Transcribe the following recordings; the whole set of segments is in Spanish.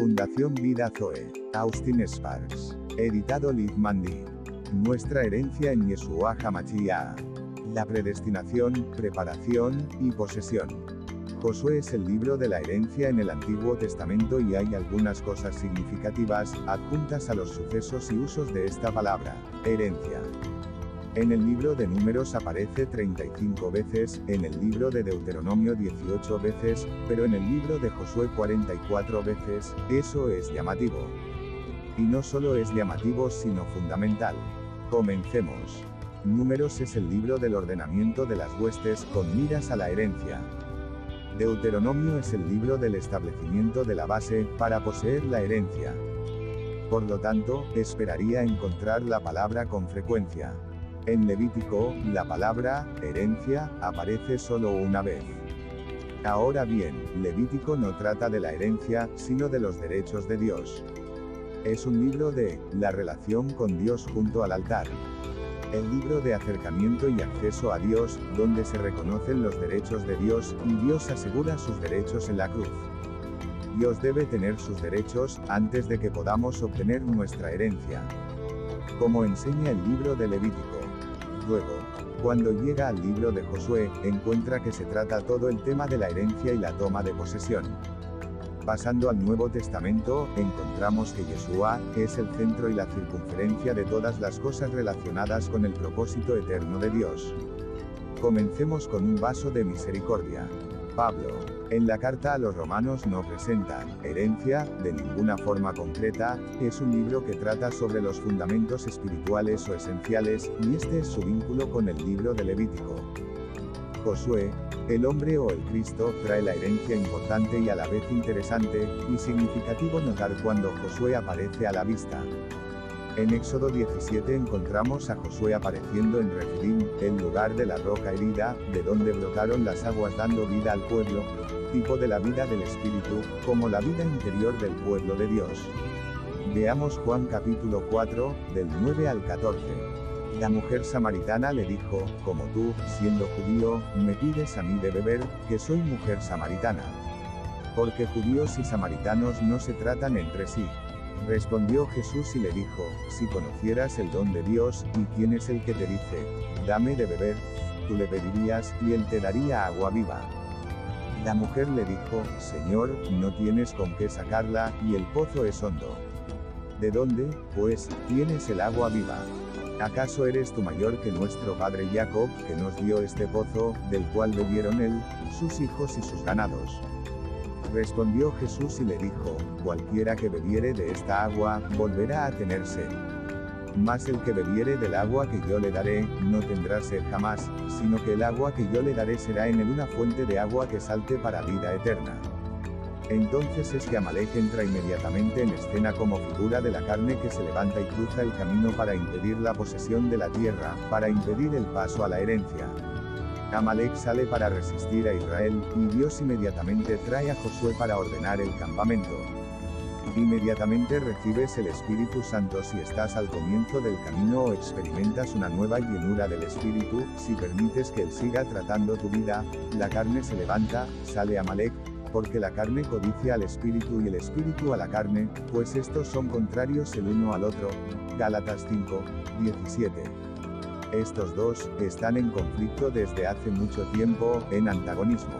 Fundación Vida Zoe. Austin Sparks. Editado Liv Mandy. Nuestra herencia en Yeshua HaMashiach. La predestinación, preparación y posesión. Josué es el libro de la herencia en el Antiguo Testamento y hay algunas cosas significativas, adjuntas a los sucesos y usos de esta palabra, herencia. En el libro de Números aparece 35 veces, en el libro de Deuteronomio 18 veces, pero en el libro de Josué 44 veces, eso es llamativo. Y no solo es llamativo sino fundamental. Comencemos. Números es el libro del ordenamiento de las huestes, con miras a la herencia. Deuteronomio es el libro del establecimiento de la base, para poseer la herencia. Por lo tanto, esperaría encontrar la palabra con frecuencia. En Levítico, la palabra, herencia, aparece solo una vez. Ahora bien, Levítico no trata de la herencia, sino de los derechos de Dios. Es un libro de, la relación con Dios junto al altar. El libro de acercamiento y acceso a Dios, donde se reconocen los derechos de Dios, y Dios asegura sus derechos en la cruz. Dios debe tener sus derechos, antes de que podamos obtener nuestra herencia. Como enseña el libro de Levítico. Luego, cuando llega al libro de Josué, encuentra que se trata todo el tema de la herencia y la toma de posesión. Pasando al Nuevo Testamento, encontramos que Yeshua es el centro y la circunferencia de todas las cosas relacionadas con el propósito eterno de Dios. Comencemos con un vaso de misericordia. Pablo, en la carta a los Romanos no presenta herencia, de ninguna forma concreta, es un libro que trata sobre los fundamentos espirituales o esenciales, y este es su vínculo con el libro de Levítico. Josué, el hombre o el Cristo, trae la herencia importante y a la vez interesante, y significativo notar cuando Josué aparece a la vista. En Éxodo 17 encontramos a Josué apareciendo en Refidim, el lugar de la roca herida, de donde brotaron las aguas dando vida al pueblo, tipo de la vida del Espíritu, como la vida interior del pueblo de Dios. Veamos Juan capítulo 4, del 9 al 14. La mujer samaritana le dijo, como tú, siendo judío, me pides a mí de beber, que soy mujer samaritana. Porque judíos y samaritanos no se tratan entre sí. Respondió Jesús y le dijo, si conocieras el don de Dios, y quién es el que te dice, dame de beber, tú le pedirías, y él te daría agua viva. La mujer le dijo, Señor, no tienes con qué sacarla, y el pozo es hondo. ¿De dónde, pues, tienes el agua viva? ¿Acaso eres tú mayor que nuestro padre Jacob, que nos dio este pozo, del cual bebieron él, sus hijos y sus ganados? Respondió Jesús y le dijo, cualquiera que bebiere de esta agua, volverá a tener sed. Mas el que bebiere del agua que yo le daré, no tendrá sed jamás, sino que el agua que yo le daré será en él una fuente de agua que salte para vida eterna. Entonces es que Amalek entra inmediatamente en escena como figura de la carne que se levanta y cruza el camino para impedir la posesión de la tierra, para impedir el paso a la herencia. Amalek sale para resistir a Israel, y Dios inmediatamente trae a Josué para ordenar el campamento. Inmediatamente recibes el Espíritu Santo si estás al comienzo del camino o experimentas una nueva llenura del Espíritu, si permites que Él siga tratando tu vida, la carne se levanta, sale Amalek, porque la carne codicia al Espíritu y el Espíritu a la carne, pues estos son contrarios el uno al otro. Gálatas 5, 17. Estos dos, están en conflicto desde hace mucho tiempo, en antagonismo.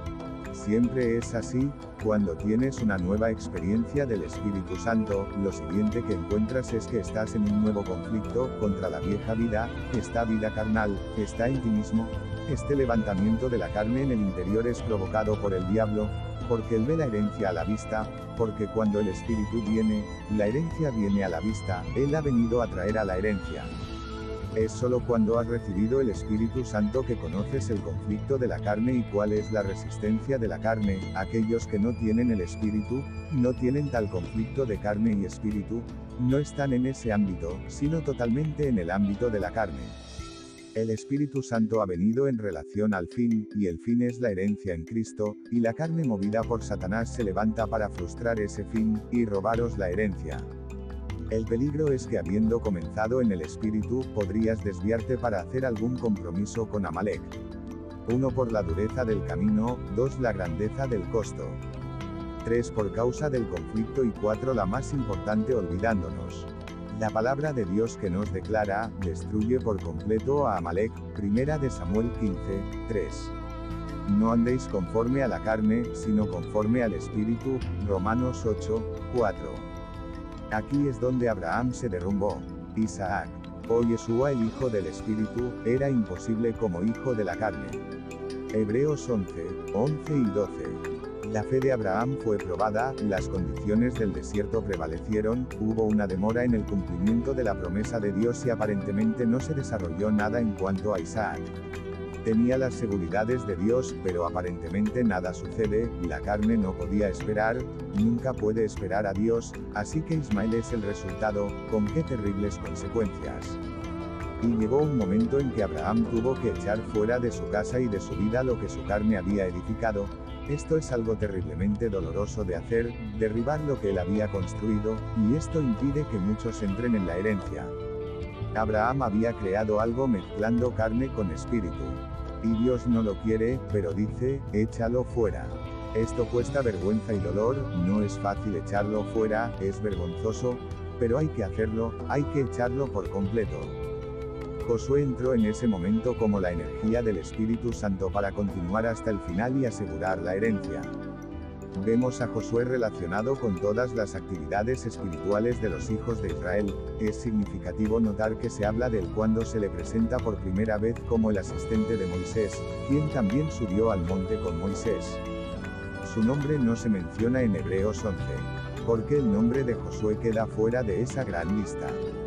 Siempre es así, cuando tienes una nueva experiencia del Espíritu Santo, lo siguiente que encuentras es que estás en un nuevo conflicto, contra la vieja vida, esta vida carnal, está en ti mismo. Este levantamiento de la carne en el interior es provocado por el diablo, porque él ve la herencia a la vista, porque cuando el Espíritu viene, la herencia viene a la vista, él ha venido a traer a la herencia. Es solo cuando has recibido el Espíritu Santo que conoces el conflicto de la carne y cuál es la resistencia de la carne. Aquellos que no tienen el Espíritu, no tienen tal conflicto de carne y Espíritu, no están en ese ámbito, sino totalmente en el ámbito de la carne. El Espíritu Santo ha venido en relación al fin, y el fin es la herencia en Cristo, y la carne movida por Satanás se levanta para frustrar ese fin, y robaros la herencia. El peligro es que habiendo comenzado en el Espíritu, podrías desviarte para hacer algún compromiso con Amalek. 1 por la dureza del camino, 2 la grandeza del costo. 3 por causa del conflicto y 4 la más importante olvidándonos. La palabra de Dios que nos declara, destruye por completo a Amalek, 1 de Samuel 15, 3. No andéis conforme a la carne, sino conforme al Espíritu, Romanos 8, 4. Aquí es donde Abraham se derrumbó. Isaac, o Yeshua el hijo del Espíritu, era imposible como hijo de la carne. Hebreos 11, 11 y 12. La fe de Abraham fue probada, las condiciones del desierto prevalecieron, hubo una demora en el cumplimiento de la promesa de Dios y aparentemente no se desarrolló nada en cuanto a Isaac. Tenía las seguridades de Dios, pero aparentemente nada sucede, la carne no podía esperar, nunca puede esperar a Dios, así que Ismael es el resultado, con qué terribles consecuencias. Y llegó un momento en que Abraham tuvo que echar fuera de su casa y de su vida lo que su carne había edificado. Esto es algo terriblemente doloroso de hacer, derribar lo que él había construido, y esto impide que muchos entren en la herencia. Abraham había creado algo mezclando carne con espíritu. Y Dios no lo quiere, pero dice, échalo fuera. Esto cuesta vergüenza y dolor, no es fácil echarlo fuera, es vergonzoso, pero hay que hacerlo, hay que echarlo por completo. Josué entró en ese momento como la energía del Espíritu Santo para continuar hasta el final y asegurar la herencia. Vemos a Josué relacionado con todas las actividades espirituales de los hijos de Israel. Es significativo notar que se habla de él cuando se le presenta por primera vez como el asistente de Moisés, quien también subió al monte con Moisés. Su nombre no se menciona en Hebreos 11. ¿Por qué el nombre de Josué queda fuera de esa gran lista?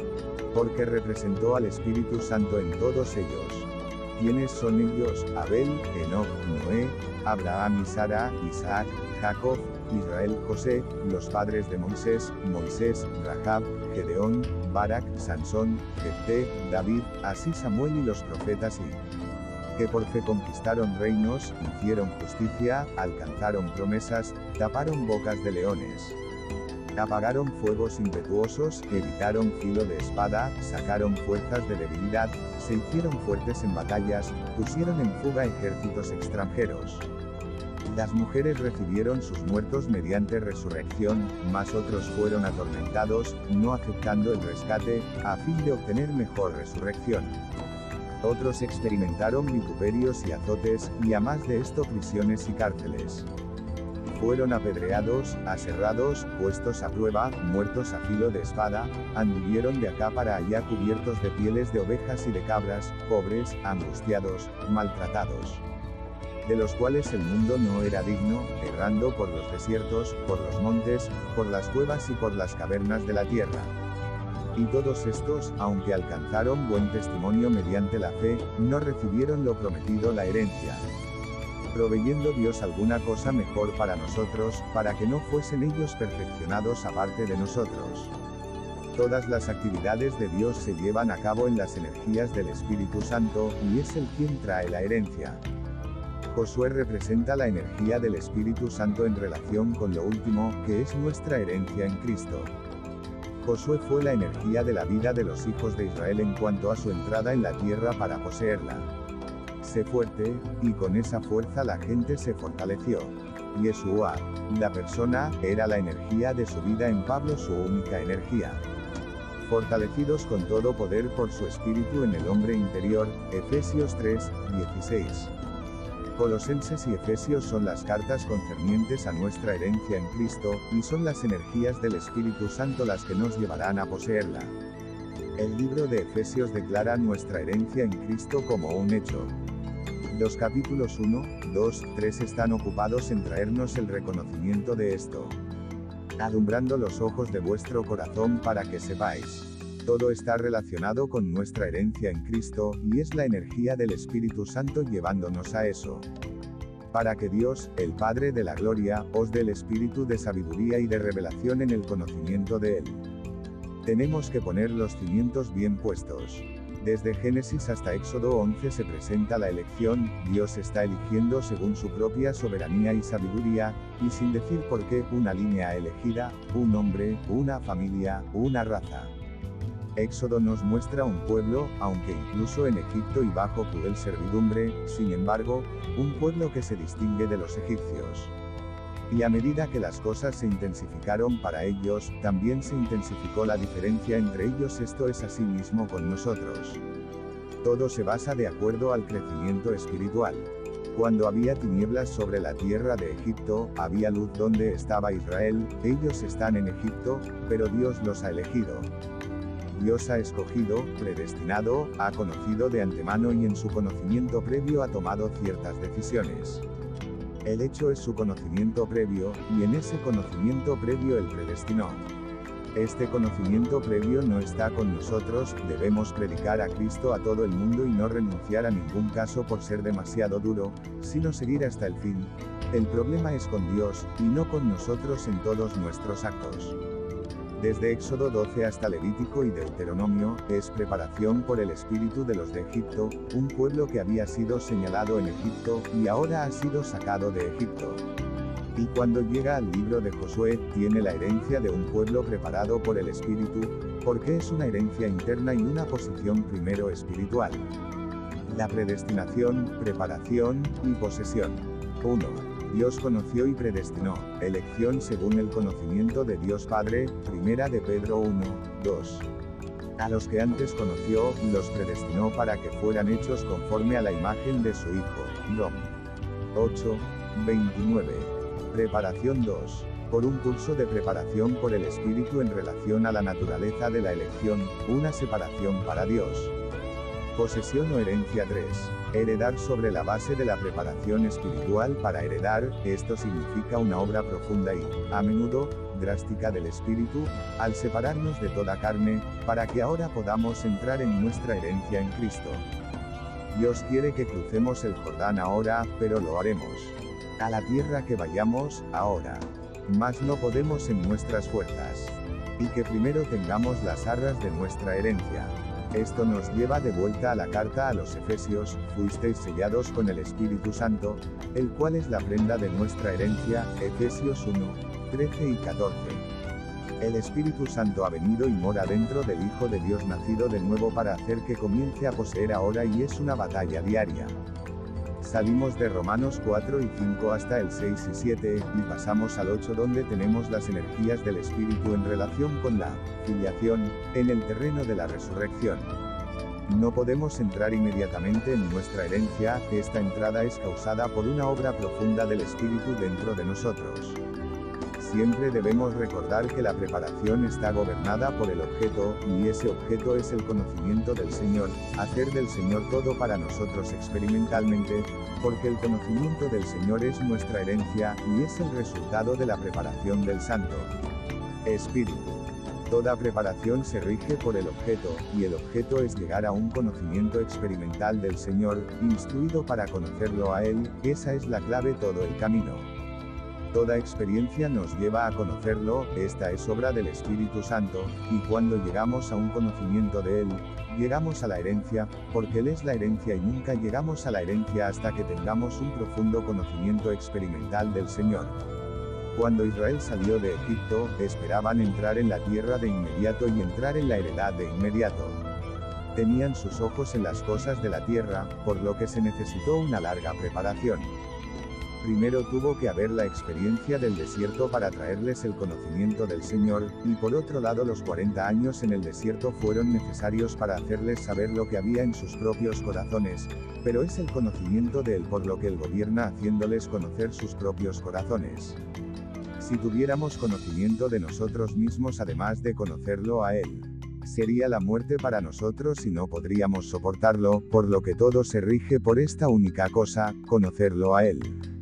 Porque representó al Espíritu Santo en todos ellos. ¿Quiénes son ellos? Abel, Enoc, Noé, Abraham y Sara, Isaac, Jacob, Israel, José, los padres de Moisés, Moisés, Rahab, Gedeón, Barak, Sansón, Jefté, David, así Samuel y los profetas que por fe conquistaron reinos, hicieron justicia, alcanzaron promesas, taparon bocas de leones. Apagaron fuegos impetuosos, evitaron filo de espada, sacaron fuerzas de debilidad, se hicieron fuertes en batallas, pusieron en fuga ejércitos extranjeros. Las mujeres recibieron sus muertos mediante resurrección, mas otros fueron atormentados, no aceptando el rescate, a fin de obtener mejor resurrección. Otros experimentaron vituperios y azotes, y a más de esto prisiones y cárceles. Fueron apedreados, aserrados, puestos a prueba, muertos a filo de espada, anduvieron de acá para allá cubiertos de pieles de ovejas y de cabras, pobres, angustiados, maltratados. De los cuales el mundo no era digno, errando por los desiertos, por los montes, por las cuevas y por las cavernas de la tierra. Y todos estos, aunque alcanzaron buen testimonio mediante la fe, no recibieron lo prometido, la herencia. Proveyendo Dios alguna cosa mejor para nosotros, para que no fuesen ellos perfeccionados aparte de nosotros. Todas las actividades de Dios se llevan a cabo en las energías del Espíritu Santo, y es Él quien trae la herencia. Josué representa la energía del Espíritu Santo en relación con lo último, que es nuestra herencia en Cristo. Josué fue la energía de la vida de los hijos de Israel en cuanto a su entrada en la tierra para poseerla. Sé fuerte, y con esa fuerza la gente se fortaleció. Yeshua, la persona, era la energía de su vida en Pablo, su única energía. Fortalecidos con todo poder por su espíritu en el hombre interior, Efesios 3, 16. Colosenses y Efesios son las cartas concernientes a nuestra herencia en Cristo, y son las energías del Espíritu Santo las que nos llevarán a poseerla. El libro de Efesios declara nuestra herencia en Cristo como un hecho. Los capítulos 1, 2, 3 están ocupados en traernos el reconocimiento de esto. Alumbrando los ojos de vuestro corazón para que sepáis. Todo está relacionado con nuestra herencia en Cristo, y es la energía del Espíritu Santo llevándonos a eso. Para que Dios, el Padre de la Gloria, os dé el espíritu de sabiduría y de revelación en el conocimiento de Él. Tenemos que poner los cimientos bien puestos. Desde Génesis hasta Éxodo 11 se presenta la elección, Dios está eligiendo según su propia soberanía y sabiduría, y sin decir por qué, una línea elegida, un hombre, una familia, una raza. Éxodo nos muestra un pueblo, aunque incluso en Egipto y bajo cruel servidumbre, sin embargo, un pueblo que se distingue de los egipcios. Y a medida que las cosas se intensificaron para ellos, también se intensificó la diferencia entre ellos. Esto es así mismo con nosotros. Todo se basa de acuerdo al crecimiento espiritual. Cuando había tinieblas sobre la tierra de Egipto, había luz donde estaba Israel. Ellos están en Egipto, pero Dios los ha elegido. Dios ha escogido, predestinado, ha conocido de antemano y en su conocimiento previo ha tomado ciertas decisiones. El hecho es su conocimiento previo, y en ese conocimiento previo Él predestinó. Este conocimiento previo no está con nosotros. Debemos predicar a Cristo a todo el mundo y no renunciar a ningún caso por ser demasiado duro, sino seguir hasta el fin. El problema es con Dios, y no con nosotros en todos nuestros actos. Desde Éxodo 12 hasta Levítico y Deuteronomio, es preparación por el espíritu de los de Egipto, un pueblo que había sido señalado en Egipto, y ahora ha sido sacado de Egipto. Y cuando llega al libro de Josué, tiene la herencia de un pueblo preparado por el espíritu, porque es una herencia interna y una posición primero espiritual. La predestinación, preparación, y posesión. 1. Dios conoció y predestinó, elección según el conocimiento de Dios Padre, 1 de Pedro 1, 2. A los que antes conoció, los predestinó para que fueran hechos conforme a la imagen de su Hijo, Rom. 8, 29. Preparación 2. Por un curso de preparación por el Espíritu en relación a la naturaleza de la elección, una separación para Dios. Posesión o herencia 3. Heredar sobre la base de la preparación espiritual para heredar. Esto significa una obra profunda y, a menudo, drástica del Espíritu, al separarnos de toda carne, para que ahora podamos entrar en nuestra herencia en Cristo. Dios quiere que crucemos el Jordán ahora, pero lo haremos. A la tierra que vayamos, ahora. Mas no podemos en nuestras fuerzas. Y que primero tengamos las arras de nuestra herencia. Esto nos lleva de vuelta a la carta a los Efesios: fuisteis sellados con el Espíritu Santo, el cual es la prenda de nuestra herencia, Efesios 1, 13 y 14. El Espíritu Santo ha venido y mora dentro del Hijo de Dios nacido de nuevo para hacer que comience a poseer ahora, y es una batalla diaria. Salimos de Romanos 4 y 5 hasta el 6 y 7, y pasamos al 8 donde tenemos las energías del Espíritu en relación con la filiación, en el terreno de la resurrección. No podemos entrar inmediatamente en nuestra herencia. Esta entrada es causada por una obra profunda del Espíritu dentro de nosotros. Siempre debemos recordar que la preparación está gobernada por el objeto, y ese objeto es el conocimiento del Señor, hacer del Señor todo para nosotros experimentalmente, porque el conocimiento del Señor es nuestra herencia, y es el resultado de la preparación del Santo Espíritu. Toda preparación se rige por el objeto, y el objeto es llegar a un conocimiento experimental del Señor, instruido para conocerlo a Él. Esa es la clave, todo el camino. Toda experiencia nos lleva a conocerlo. Esta es obra del Espíritu Santo, y cuando llegamos a un conocimiento de Él, llegamos a la herencia, porque Él es la herencia, y nunca llegamos a la herencia hasta que tengamos un profundo conocimiento experimental del Señor. Cuando Israel salió de Egipto, esperaban entrar en la tierra de inmediato y entrar en la heredad de inmediato. Tenían sus ojos en las cosas de la tierra, por lo que se necesitó una larga preparación. Primero tuvo que haber la experiencia del desierto para traerles el conocimiento del Señor, y por otro lado los 40 años en el desierto fueron necesarios para hacerles saber lo que había en sus propios corazones, pero es el conocimiento de Él por lo que Él gobierna haciéndoles conocer sus propios corazones. Si tuviéramos conocimiento de nosotros mismos además de conocerlo a Él, sería la muerte para nosotros y no podríamos soportarlo, por lo que todo se rige por esta única cosa, conocerlo a Él.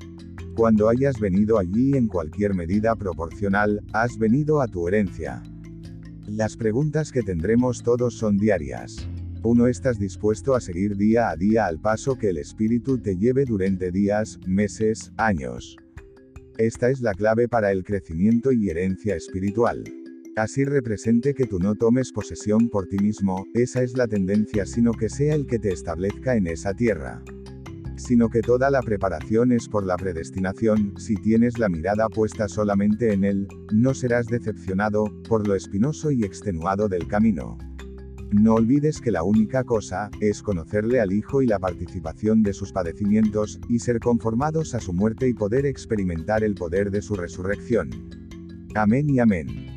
Cuando hayas venido allí en cualquier medida proporcional, has venido a tu herencia. Las preguntas que tendremos todos son diarias. 1. ¿Estás dispuesto a seguir día a día al paso que el Espíritu te lleve durante días, meses, años? Esta es la clave para el crecimiento y herencia espiritual. Así represente que tú no tomes posesión por ti mismo, esa es la tendencia, sino que sea el que te establezca en esa tierra. Sino que toda la preparación es por la predestinación. Si tienes la mirada puesta solamente en Él, no serás decepcionado por lo espinoso y extenuado del camino. No olvides que la única cosa, es conocerle al Hijo y la participación de sus padecimientos, y ser conformados a su muerte y poder experimentar el poder de su resurrección. Amén y amén.